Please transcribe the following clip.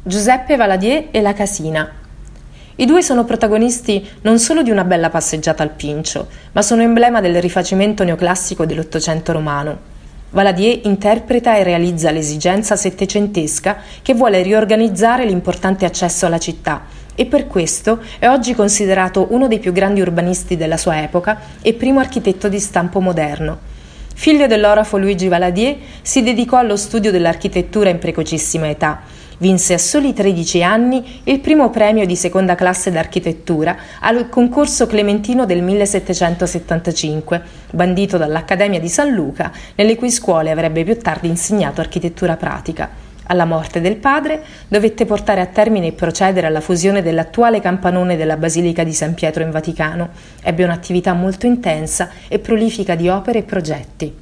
Giuseppe Valadier e la casina. I due sono protagonisti non solo di una bella passeggiata al Pincio, ma sono emblema del rifacimento neoclassico dell'Ottocento romano. Valadier interpreta e realizza l'esigenza settecentesca che vuole riorganizzare l'importante accesso alla città e per questo è oggi considerato uno dei più grandi urbanisti della sua epoca e primo architetto di stampo moderno. Figlio dell'orafo Luigi Valadier, si dedicò allo studio dell'architettura in precocissima età. Vinse a soli 13 anni il primo premio di seconda classe d'architettura al concorso clementino del 1775, bandito dall'Accademia di San Luca, nelle cui scuole avrebbe più tardi insegnato architettura pratica. Alla morte del padre dovette portare a termine e procedere alla fusione dell'attuale campanone della Basilica di San Pietro in Vaticano. Ebbe un'attività molto intensa e prolifica di opere e progetti.